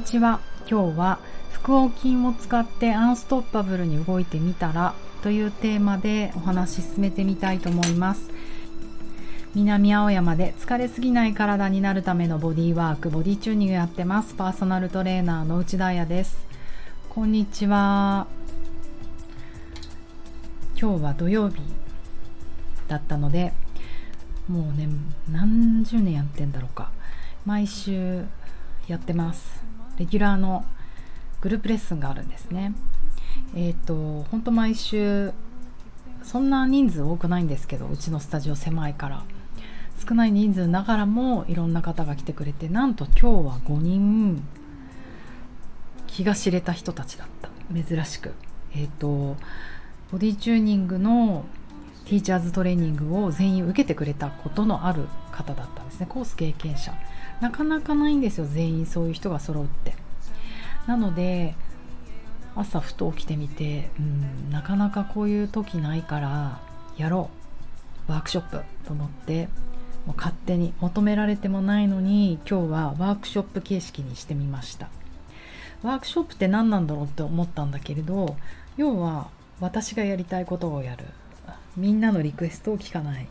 にちは。今日は腹横筋を使ってアンストッパブルに動いてみたらというテーマでお話し進めてみたいと思います。南青山で疲れすぎない体になるためのボディワーク、ボディチューニングやってます。パーソナルトレーナーの内田彩です。こんにちは。今日は土曜日だったので、もうね何十年やってんだろうか、毎週やってます。レギュラーのグループレッスンがあるんですね。本当毎週そんな人数多くないんですけど、うちのスタジオ狭いから少ない人数ながらもいろんな方が来てくれて、なんと今日は5人気が知れた人たちだった。珍しくボディチューニングのティーチャーズトレーニングを全員受けてくれたことのある方だったんですね。コース経験者、なかなかないんですよ、全員そういう人が揃うって。なので朝ふと起きてみて、なかなかこういう時ないからやろうワークショップと思って、もう勝手に求められてもないのに今日はワークショップ形式にしてみました。ワークショップって何なんだろうって思ったんだけれど、要は私がやりたいことをやる、みんなのリクエストを聞かない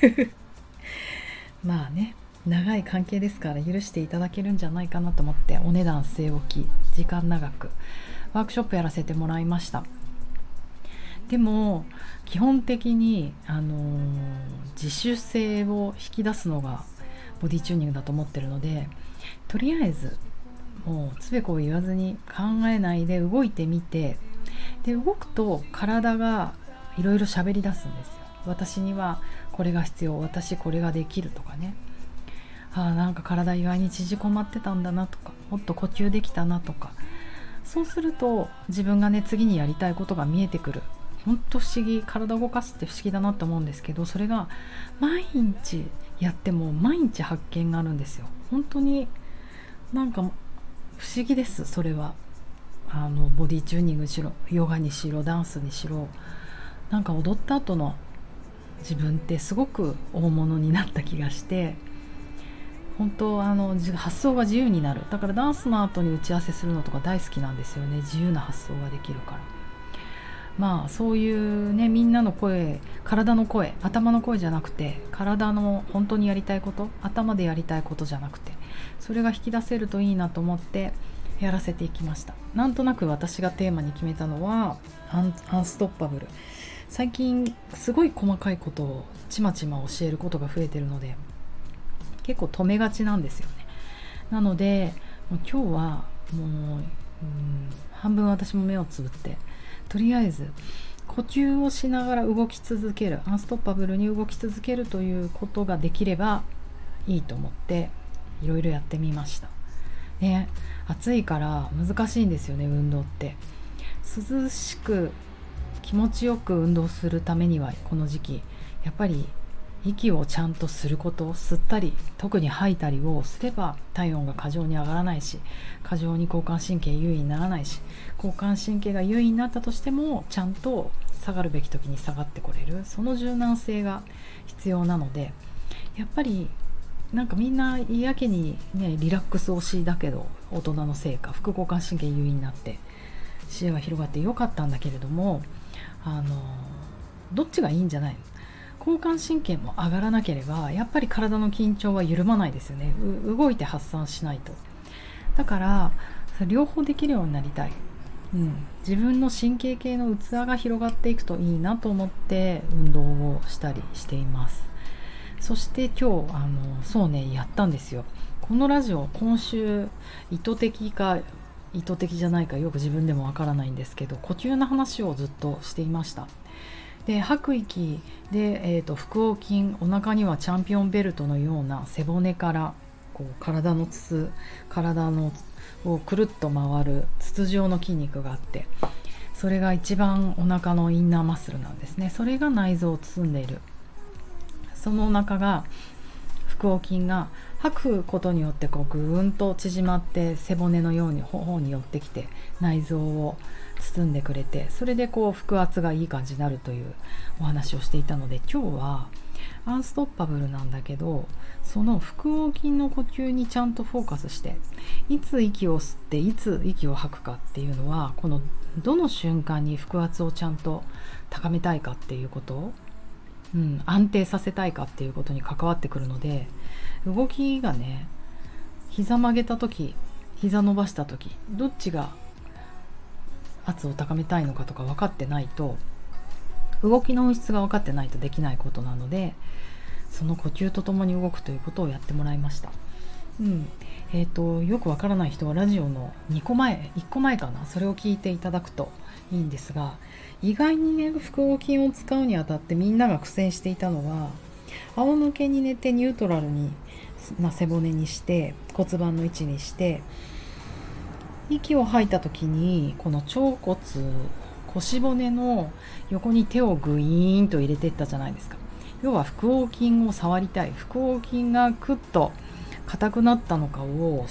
まあね、長い関係ですから許していただけるんじゃないかなと思って、お値段据え置き、時間長くワークショップやらせてもらいました。でも基本的に、自主性を引き出すのがボディチューニングだと思ってるので、とりあえずもうつべこを言わずに考えないで動いてみて、で動くと体がいろいろ喋り出すんですよ。私にはこれが必要、私これができるとかね、なんか体意外に縮こまってたんだなとか、もっと呼吸できたなとか、そうすると自分がね次にやりたいことが見えてくる。ほんと不思議、体を動かすって不思議だなと思うんですけど、それが毎日やっても毎日発見があるんですよ。本当になんか不思議です。それはボディチューニングしろ、ヨガにしろ、ダンスにしろ、なんか踊った後の自分ってすごく大物になった気がして、本当発想が自由になる。だからダンスの後に打ち合わせするのとか大好きなんですよね。自由な発想ができるから。まあそういうね、みんなの声、体の声、頭の声じゃなくて、体の本当にやりたいこと、頭でやりたいことじゃなくて、それが引き出せるといいなと思ってやらせていきました。なんとなく私がテーマに決めたのはアンストッパブル。最近すごい細かいことをちまちま教えることが増えてるので、結構止めがちなんですよね。なのでもう今日はもう、半分私も目をつぶって、とりあえず呼吸をしながら動き続ける、アンストッパブルに動き続けるということができればいいと思っていろいろやってみましたね。暑いから難しいんですよね、運動って。涼しく気持ちよく運動するためには、この時期やっぱり息をちゃんとすること、吸ったり特に吐いたりをすれば体温が過剰に上がらないし、過剰に交感神経優位にならないし、交感神経が優位になったとしてもちゃんと下がるべき時に下がってこれる、その柔軟性が必要なので、やっぱりなんかみんなやけにねリラックス推しだけど、大人のせいか副交感神経優位になって視野が広がってよかったんだけれども、どっちがいいんじゃないの。交感神経も上がらなければやっぱり体の緊張は緩まないですよね。動いて発散しないと。だから両方できるようになりたい、自分の神経系の器が広がっていくといいなと思って運動をしたりしています。そして今日そうねやったんですよ。このラジオ今週意図的か意図的じゃないかよく自分でもわからないんですけど、呼吸の話をずっとしていました。で吐く息で、腹横筋、お腹にはチャンピオンベルトのような背骨からこう体のをくるっと回る筒状の筋肉があって、それが一番お腹のインナーマッスルなんですね。それが内臓を包んでいる。そのお腹が、腹横筋が吐くことによってこうぐーんと縮まって背骨のように頬に寄ってきて内臓を包んでくれて、それでこう腹圧がいい感じになるというお話をしていたので、今日はアンストッパブルなんだけど、その腹横筋の呼吸にちゃんとフォーカスして、いつ息を吸っていつ息を吐くかっていうのは、このどの瞬間に腹圧をちゃんと高めたいかっていうこと、安定させたいかっていうことに関わってくるので、動きがね、膝曲げた時、膝伸ばした時、どっちが圧を高めたいのかとか分かってないと、動きの本質が分かってないとできないことなので、その呼吸とともに動くということをやってもらいました。よくわからない人はラジオの1個前かな、それを聞いていただくといいんですが、意外にね、腹横筋を使うにあたってみんなが苦戦していたのは、仰向けに寝てニュートラルな背骨にして、骨盤の位置にして、息を吐いた時にこの腸骨、腰骨の横に手をグイーンと入れていったじゃないですか。要は腹横筋を触りたい、腹横筋がクッと硬くなったのかを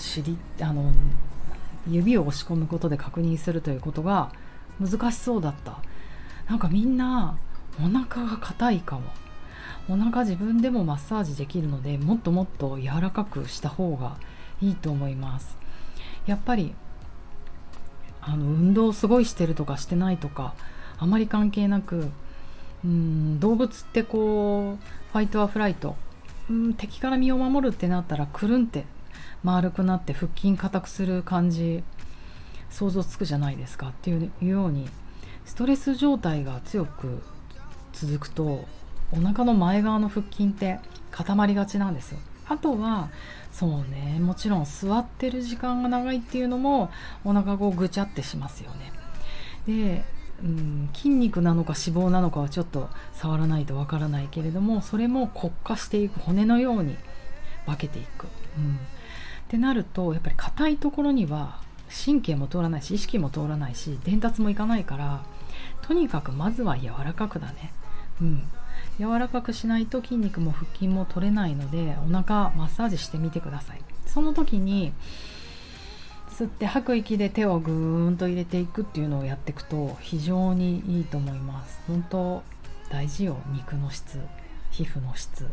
指を押し込むことで確認するということが難しそうだった。なんかみんなお腹が硬いかも。お腹自分でもマッサージできるので、もっともっと柔らかくした方がいいと思います。やっぱり運動すごいしてるとかしてないとかあまり関係なく、動物ってこうファイトアフライト、敵から身を守るってなったらくるんって丸くなって腹筋硬くする感じ想像つくじゃないですか。っていうようにストレス状態が強く続くとお腹の前側の腹筋って固まりがちなんですよ。あとはそうね、もちろん座ってる時間が長いっていうのもお腹がぐちゃってしますよね。で、筋肉なのか脂肪なのかはちょっと触らないとわからないけれども、それも骨化していく、骨のように分けていく、ってなると、やっぱり硬いところには神経も通らないし意識も通らないし伝達もいかないから、とにかくまずは柔らかくだね。柔らかくしないと筋肉も腹筋も取れないので、お腹マッサージしてみてください。その時に吸って吐く息で手をぐーんと入れていくっていうのをやっていくと非常にいいと思います。本当大事よ、肉の質、皮膚の質。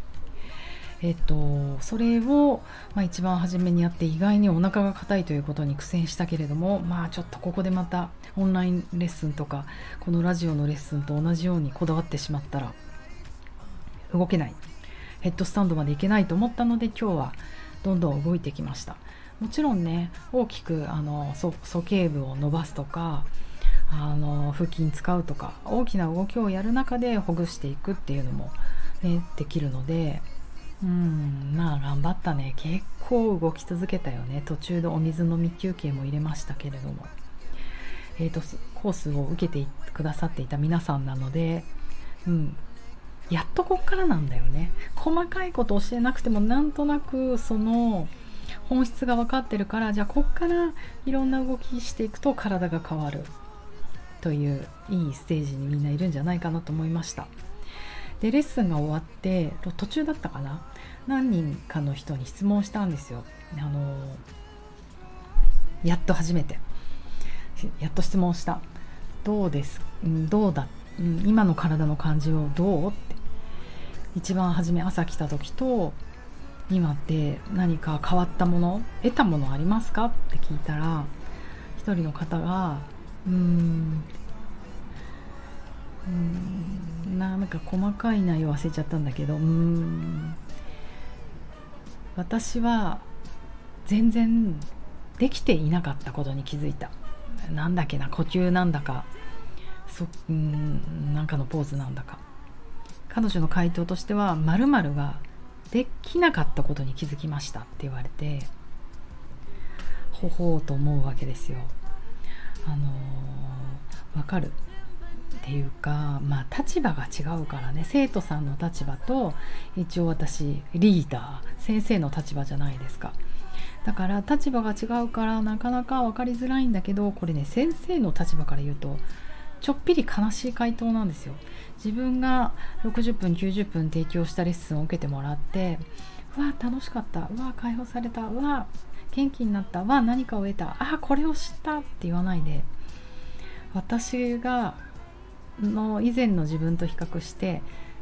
それを、一番初めにやって、意外にお腹が硬いということに苦戦したけれども、ちょっとここでまたオンラインレッスンとかこのラジオのレッスンと同じようにこだわってしまったら動けない、ヘッドスタンドまでいけないと思ったので、今日はどんどん動いてきました。もちろんね、大きく鼠径部を伸ばすとか腹筋使うとか大きな動きをやる中でほぐしていくっていうのも、できるので、頑張ったね。結構動き続けたよね。途中でお水飲み休憩も入れましたけれども、コースを受けてくださっていた皆さんなので、やっとこっからなんだよね。細かいこと教えなくてもなんとなくその本質が分かってるから、じゃあこっからいろんな動きしていくと体が変わるといういいステージにみんないるんじゃないかなと思いました。で、レッスンが終わって途中だったかな、何人かの人に質問したんですよ。やっと質問した。どうだ、今の体の感じをどうって、一番初め朝来た時と今って何か変わったもの、得たものありますかって聞いたら、一人の方がなんか細かい内容忘れちゃったんだけど、私は全然できていなかったことに気づいた。なんだっけな、呼吸なんだかなんかのポーズなんだか、彼女の回答としては〇〇ができなかったことに気づきましたって言われて、ほほうと思うわけですよ。わかるっていうか、立場が違うからね。生徒さんの立場と一応私リーダー先生の立場じゃないですか。だから立場が違うからなかなか分かりづらいんだけど、これね、先生の立場から言うとちょっぴり悲しい回答なんですよ。自分が60分90分提供したレッスンを受けてもらって、うわ楽しかった、うわ解放された、うわ元気になった、うわ何かを得た、これを知ったって言わないで、私が以前の自分と比較して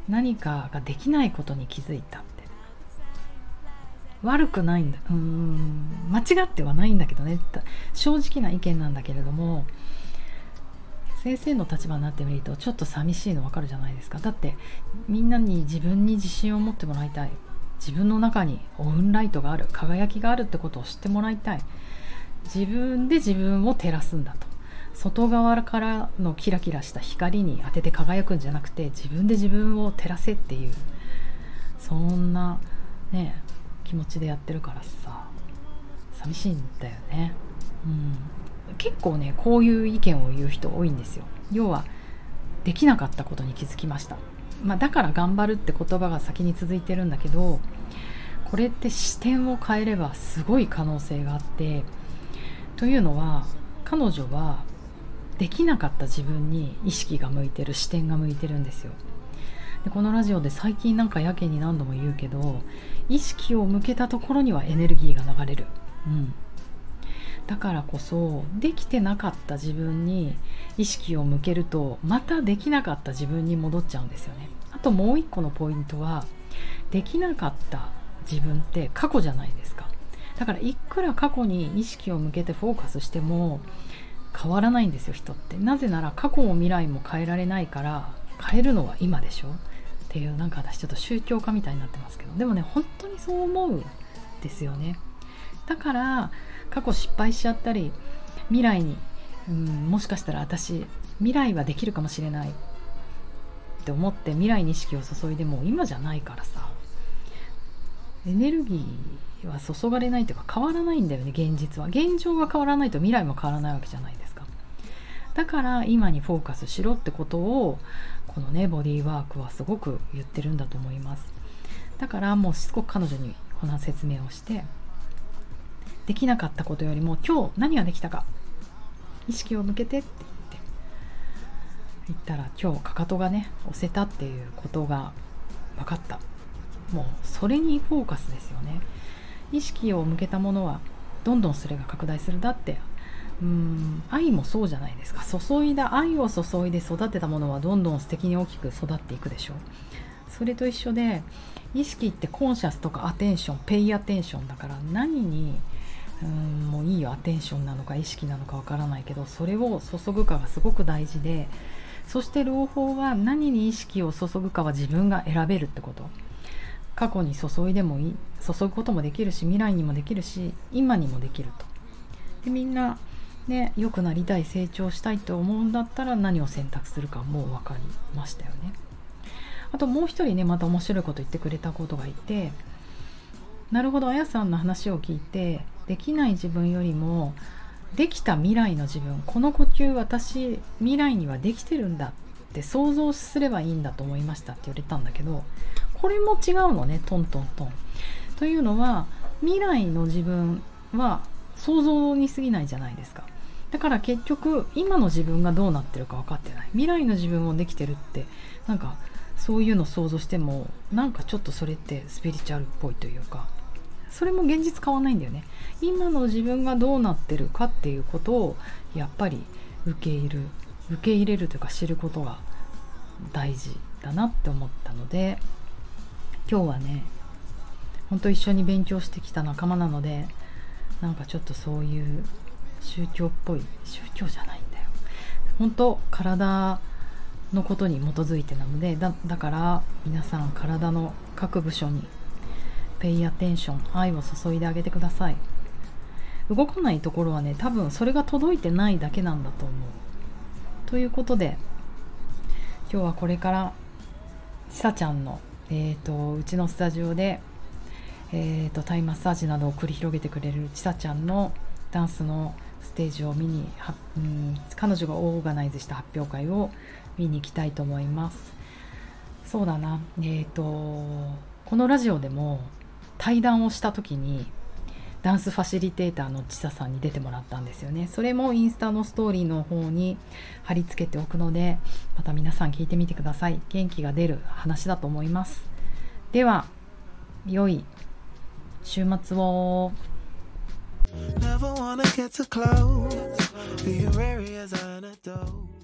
何かができないことに気づいたって。悪くないんだ、間違ってはないんだけどね、正直な意見なんだけれども、先生の立場になってみるとちょっと寂しいの分かるじゃないですか。だってみんなに自分に自信を持ってもらいたい、自分の中にオウンライトがある、輝きがあるってことを知ってもらいたい、自分で自分を照らすんだと、外側からのキラキラした光に当てて輝くんじゃなくて、自分で自分を照らせっていう、そんなね気持ちでやってるからさ、寂しいんだよね。結構ねこういう意見を言う人多いんですよ。要はできなかったことに気づきました、だから頑張るって言葉が先に続いてるんだけど、これって視点を変えればすごい可能性があって、というのは彼女はできなかった自分に意識が向いてる、視点が向いてるんですよ。でこのラジオで最近やけに何度も言うけど、意識を向けたところにはエネルギーが流れる、だからこそできてなかった自分に意識を向けると、またできなかった自分に戻っちゃうんですよね。あともう一個のポイントは、できなかった自分って過去じゃないですか。だからいくら過去に意識を向けてフォーカスしても変わらないんですよ、人って。なぜなら過去も未来も変えられないから、変えるのは今でしょっていう、私ちょっと宗教家みたいになってますけど、でもね本当にそう思うんですよね。だから過去失敗しちゃったり、未来にもしかしたら私未来はできるかもしれないって思って未来に意識を注いでも今じゃないからさ、エネルギーは注がれないというか変わらないんだよね。現実は、現状が変わらないと未来も変わらないわけじゃないですか。だから今にフォーカスしろってことをこのねボディーワークはすごく言ってるんだと思います。だからもうしつこく彼女にこの説明をして、できなかったことよりも今日何ができたか意識を向けてって言ったら、今日かかとがね押せたっていうことが分かった。もうそれにフォーカスですよね。意識を向けたものはどんどんそれが拡大する。だって愛もそうじゃないですか。愛を注いで育てたものはどんどん素敵に大きく育っていくでしょう。それと一緒で、意識ってコンシャスとかアテンション、ペイアテンションだから、何にもういいよ、アテンションなのか意識なのかわからないけど、それを注ぐかがすごく大事で、そして朗報は何に意識を注ぐかは自分が選べるってこと。過去に注いでもいい、注ぐこともできるし、未来にもできるし、今にもできると。でみんなね、良くなりたい、成長したいと思うんだったら何を選択するかもう分かりましたよね。あともう一人ね、また面白いこと言ってくれたことがいて、なるほど、あやさんの話を聞いて、できない自分よりもできた未来の自分、この呼吸私未来にはできてるんだって想像すればいいんだと思いましたって言われたんだけど、これも違うのね、トントントン。というのは、未来の自分は想像に過ぎないじゃないですか。だから結局今の自分がどうなってるか分かってない。未来の自分もできてるって、そういうの想像してもちょっとそれってスピリチュアルっぽいというか、それも現実変わんないんだよね。今の自分がどうなってるかっていうことをやっぱり受け入れるというか、知ることが大事だなって思ったので、今日はね本当一緒に勉強してきた仲間なので、ちょっとそういう宗教っぽい、宗教じゃないんだよ、本当体のことに基づいてなので、だから皆さん体の各部署にペイアテンション、愛を注いであげてください。動かないところはね、多分それが届いてないだけなんだと思う。ということで、今日はこれからちさちゃんの、うちのスタジオで、タイマッサージなどを繰り広げてくれるちさちゃんのダンスのステージを見に、彼女がオーガナイズした発表会を見に行きたいと思います。そうだな、このラジオでも対談をした時にダンスファシリテーターのちささんに出てもらったんですよね。それもインスタのストーリーの方に貼り付けておくので、また皆さん聞いてみてください。元気が出る話だと思います。では良い週末を。Never wanna get too close to your areas I adore.